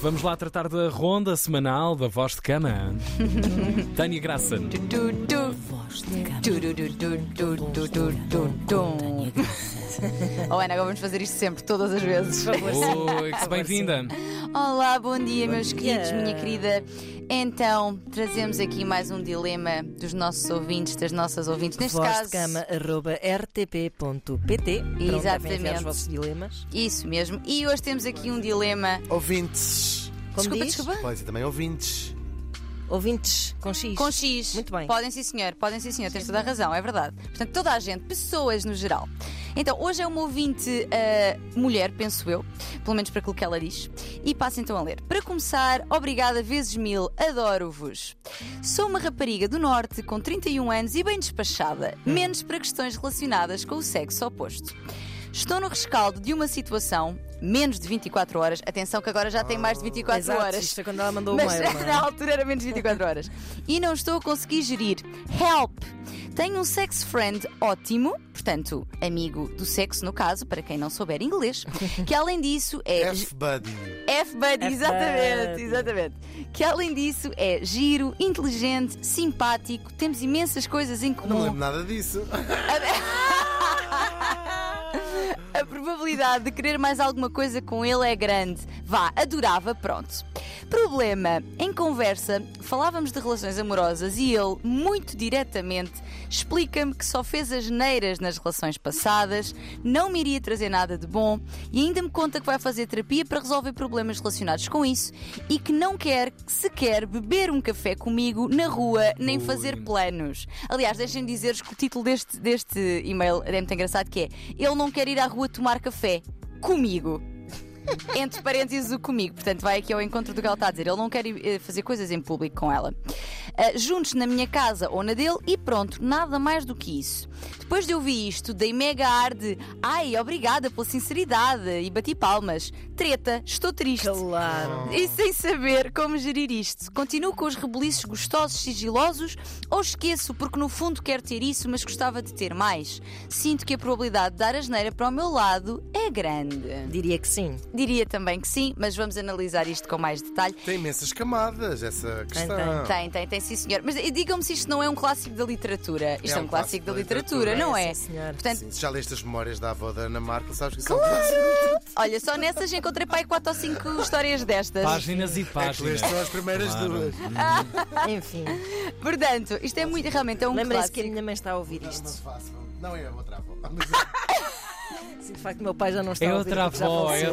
Vamos lá tratar da ronda semanal da voz de cama. Tânia Graça. Voz de cama. Oh Ana, agora vamos fazer isto sempre, todas as vezes. Oi, que bem-vinda. Olá, bom dia, meus queridos, minha querida. Então, trazemos aqui mais um dilema dos nossos ouvintes, das nossas ouvintes. Neste caso, vozdecama@rtp.pt. Exatamente. Os vossos dilemas. Isso mesmo. E hoje temos aqui um dilema. Ouvintes. Como diz? Desculpa. Pode ser também ouvintes. Ouvintes com X. Com X. Muito bem. Podem sim, senhor. Tens toda a razão, é verdade. Portanto, toda a gente, pessoas no geral. Então, hoje é uma ouvinte mulher, penso eu, pelo menos para aquilo que ela diz. E passo então a ler. Para começar, obrigada vezes mil, adoro-vos. Sou uma rapariga do Norte com 31 anos e bem despachada, menos para questões relacionadas com o sexo oposto. Estou no rescaldo de uma situação, menos de 24 horas. Atenção que agora já tem mais de 24 Exato, horas. isto é quando ela mandou o Mas mail, não é? na altura era menos de 24 horas. E não estou a conseguir gerir. Help! Tenho um sex friend ótimo, portanto, amigo do sexo, no caso, para quem não souber inglês, que além disso é... F-Buddy. F-Buddy, exatamente. Que além disso é giro, inteligente, simpático, temos imensas coisas em Não me comum. lembro nada disso. A probabilidade de querer mais alguma coisa com ele é grande. Vá, adorava, pronto. Problema, em conversa, falávamos de relações amorosas e ele, muito diretamente, explica-me que só fez asneiras nas relações passadas, não me iria trazer nada de bom e ainda me conta que vai fazer terapia para resolver problemas relacionados com isso e que não quer sequer beber um café comigo na rua nem fazer planos. Aliás, deixem-me dizer-vos que o título deste e-mail é muito engraçado, que é: ele não quer ir à rua tomar café comigo. Entre parênteses, o comigo. Portanto, vai aqui ao encontro do que ela está a dizer. Ele não quer fazer coisas em público com ela. Juntos na minha casa ou na dele e pronto, nada mais do que isso. Depois de ouvir isto, dei mega ar de ai, obrigada pela sinceridade e bati palmas. Treta, estou triste. Claro. E sem saber como gerir isto. Continuo com os rebuliços gostosos, sigilosos, ou esqueço porque no fundo quero ter isso, mas gostava de ter mais. Sinto que a probabilidade de dar asneira para o meu lado é grande. Diria que sim. Diria também que sim, mas vamos analisar isto com mais detalhe. Tem imensas camadas essa questão. Tem, sim senhor. Mas digam-me se isto não é um clássico da literatura. Isto é um clássico da literatura, não é? Sim, senhor. Portanto, Sim, se já leste as memórias da avó da Ana Marca, sabes que são clássicos. olha, só nessas encontrei para aí 4 ou 5 histórias destas. Páginas e É que páginas. leste só as primeiras duas. Enfim, Portanto, isto é muito, realmente é um lembrem-se que a clássico. minha mãe está a ouvir Não isto. se faça. Não é a outra avó. Sim, de facto, meu pai já não está É a ouvir. outra porque já avó, faleceu.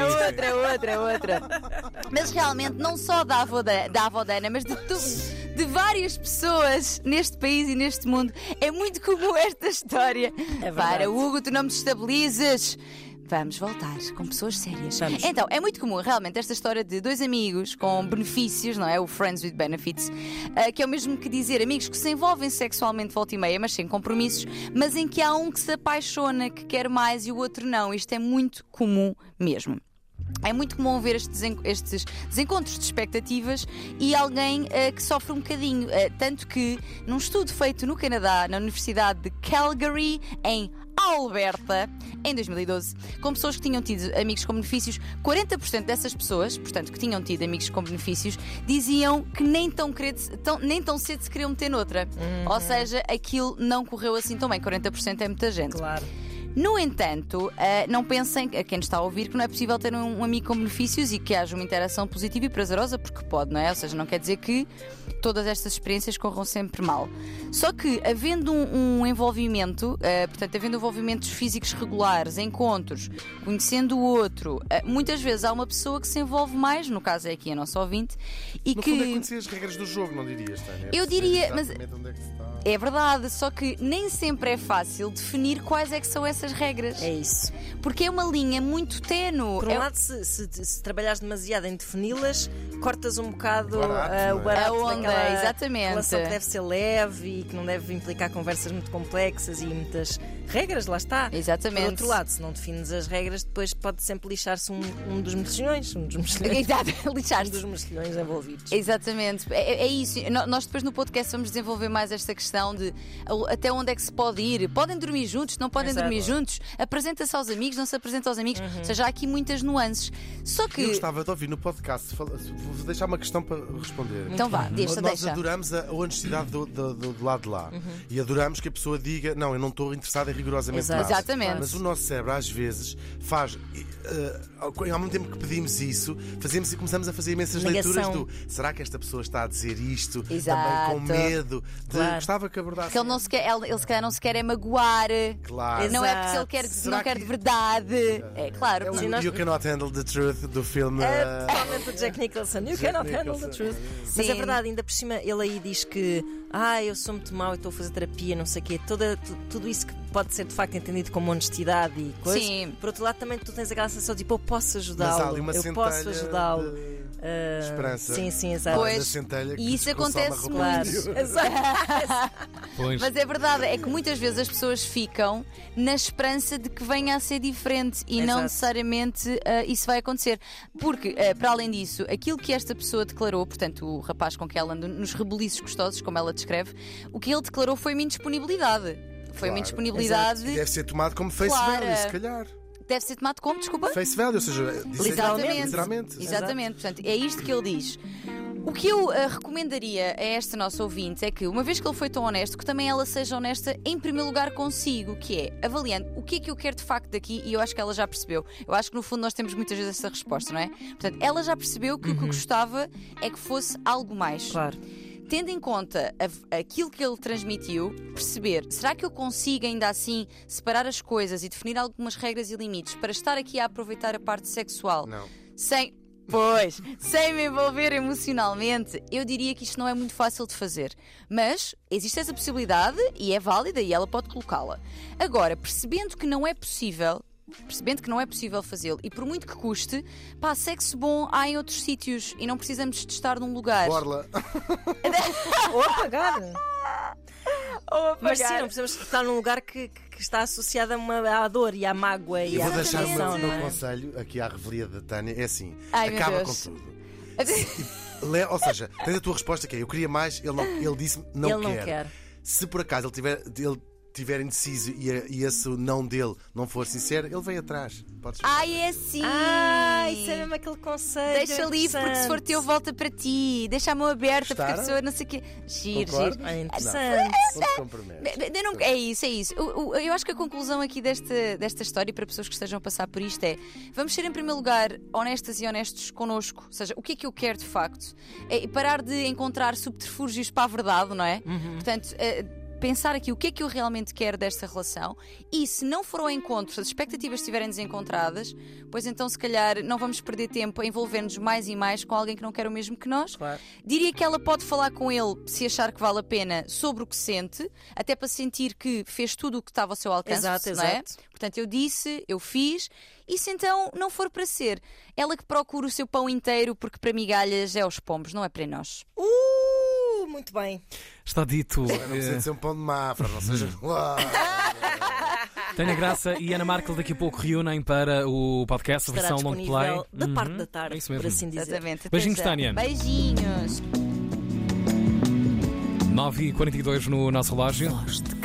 É outra. Mas realmente, não só da avó da Ana, mas de várias pessoas neste país e neste mundo, é muito comum esta história. verdade. Para, Hugo, tu não me destabilizes. Vamos voltar com pessoas sérias. Vamos. Então, é muito comum realmente esta história de dois amigos com benefícios, não é? O Friends with Benefits, que é o mesmo que dizer amigos que se envolvem sexualmente volta e meia, mas sem compromissos, mas em que há um que se apaixona, que quer mais e o outro não. Isto é muito comum mesmo. É muito comum ver estes desencontros de expectativas e alguém que sofre um bocadinho. Tanto que, num estudo feito no Canadá, na Universidade de Calgary, em Alberta, em 2012, com pessoas que tinham tido amigos com benefícios, 40% dessas pessoas, portanto, que tinham tido amigos com benefícios, diziam que nem tão cedo se queriam meter noutra. Ou seja, aquilo não correu assim tão bem. 40% é muita gente. Claro. No entanto, não pensem, a quem nos está a ouvir, que não é possível ter um amigo com benefícios e que haja uma interação positiva e prazerosa, porque pode, não é? Ou seja, não quer dizer que todas estas experiências corram sempre mal. Só que, havendo um envolvimento, portanto, havendo envolvimentos físicos regulares, encontros, conhecendo o outro, muitas vezes há uma pessoa que se envolve mais, no caso é aqui a nossa ouvinte, e No que... fundo é conhecer as regras do jogo, não dirias, Tânia? Eu diria, mas- Exatamente onde é que se está. É verdade, só que nem sempre é fácil definir quais é que são essas regras. É isso. Porque é uma linha muito ténue. Por um lado, se trabalhares demasiado em defini-las, cortas um bocado Barato, o barato a onda, daquela exatamente. relação que deve ser leve e que não deve implicar conversas muito complexas e muitas regras, lá está. Exatamente. Por outro lado, se não defines as regras, depois pode sempre lixar-se um dos mexilhões. Exato, lixar-se. Um dos mexilhões envolvidos. Exatamente, é isso. Nós depois no podcast vamos desenvolver mais esta questão de até onde é que se pode ir. Podem dormir juntos, não podem Exato. dormir juntos? Apresenta-se aos amigos, não se apresenta aos amigos? Ou seja, há aqui muitas nuances. Só que. Eu gostava de ouvir no podcast, vou deixar uma questão para responder. Então vá, Nós deixa. adoramos a honestidade do lado de lá. E adoramos que a pessoa diga: não, eu não estou interessado em rigorosamente Exato. nada. Exatamente. Mas o nosso cérebro às vezes faz. Ao mesmo tempo que pedimos isso, começamos a fazer imensas Negação. leituras do: será que esta pessoa está a dizer isto Exato. também com medo de. Claro. Gostava que abordasse. Porque ele se calhar não se quer é magoar. Claro. Não é porque ele quer, Será não quer que- de verdade. É claro. É o porque- nós- You Cannot Handle the Truth do filme. Totalmente o Jack Nicholson. You cannot handle the truth. Mas Sim. é verdade, ainda por cima ele aí diz que eu sou muito mau e estou a fazer terapia, não sei o quê. Tudo isso que pode ser de facto entendido como honestidade e coisa. Sim. Por outro lado, também tu tens aquela sensação de eu posso Mas há ajudá-lo. ali uma Eu posso centelha ajudá-lo. de Ah, esperança. Sim, exato. Pois. Da centelha que E isso consome a acontece roupa Claro. interior. Exato. Pois. Mas é verdade, é que muitas vezes as pessoas ficam na esperança de que venha a ser diferente e não Exato. necessariamente isso vai acontecer. Porque, para além disso, aquilo que esta pessoa declarou, portanto, o rapaz com quem ela anda nos rebuliços gostosos, como ela descreve, o que ele declarou foi uma indisponibilidade. Foi uma Claro. indisponibilidade. E deve ser tomado como face Clara. value, se calhar. Deve ser tomado como, desculpa? Face value, ou seja, literalmente. Exatamente. Portanto, é isto que ele diz. O que eu recomendaria a esta nossa ouvinte é que, uma vez que ele foi tão honesto, que também ela seja honesta em primeiro lugar consigo, que é avaliando o que é que eu quero de facto daqui, e eu acho que ela já percebeu. Eu acho que no fundo nós temos muitas vezes essa resposta, não é? Portanto, ela já percebeu que o que gostava é que fosse algo mais. Claro. Tendo em conta aquilo que ele transmitiu, perceber, será que eu consigo ainda assim separar as coisas e definir algumas regras e limites para estar aqui a aproveitar a parte sexual Não. sem me envolver emocionalmente? Eu diria que isto não é muito fácil de fazer. Mas existe essa possibilidade e é válida e ela pode colocá-la. Agora, percebendo que não é possível fazê-lo e por muito que custe, sexo bom há em outros sítios e não precisamos de estar num lugar. Borla. Ou apagar. Ou Mas sim, não precisamos estar num lugar que está associado à dor e à mágoa e Eu à vou deixar o frustração, meu não é? conselho aqui à revelia da Tânia. É assim: Ai, meu acaba Deus. com tudo. Ou seja, tens a tua resposta que é: eu queria mais, ele disse-me não Ele não quer. quer. Se por acaso ele tiver indeciso e esse não dele não for sincero, ele vem atrás. Podes Ai, é assim. Isso é mesmo aquele conceito. Deixa livre, porque se for teu, volta para ti. Deixa a mão aberta, porque a Gostaram? pessoa não sei o quê. Giro. Concordas? É interessante. Não te comprometes. É isso. Eu acho que a conclusão aqui desta história, para pessoas que estejam a passar por isto, é: vamos ser em primeiro lugar honestas e honestos connosco. Ou seja, o que é que eu quero de facto? É parar de encontrar subterfúgios para a verdade, não é? Portanto, pensar aqui o que é que eu realmente quero desta relação, e se não for ao encontro, se as expectativas estiverem desencontradas, pois então se calhar não vamos perder tempo a envolver-nos mais e mais com alguém que não quer o mesmo que nós. Claro. Diria que ela pode falar com ele, se achar que vale a pena, sobre o que sente, até para sentir que fez tudo o que estava ao seu alcance. Exato, não é? exato. Portanto, eu disse, eu fiz, e se então não for para ser, ela que procura o seu pão inteiro, porque para migalhas é aos pombos, não é para nós. Muito bem. Está dito. Não precisa de ser um pão de Mafra, não seja. Tânia Graça e Ana Markel daqui a pouco reúnem para o podcast, a Estará versão long play. disponível da parte da tarde, É isso por mesmo. assim dizer. Exatamente. Até Beijinhos, já. Tânia. Beijinhos. 9h42 no nosso relógio. Voz de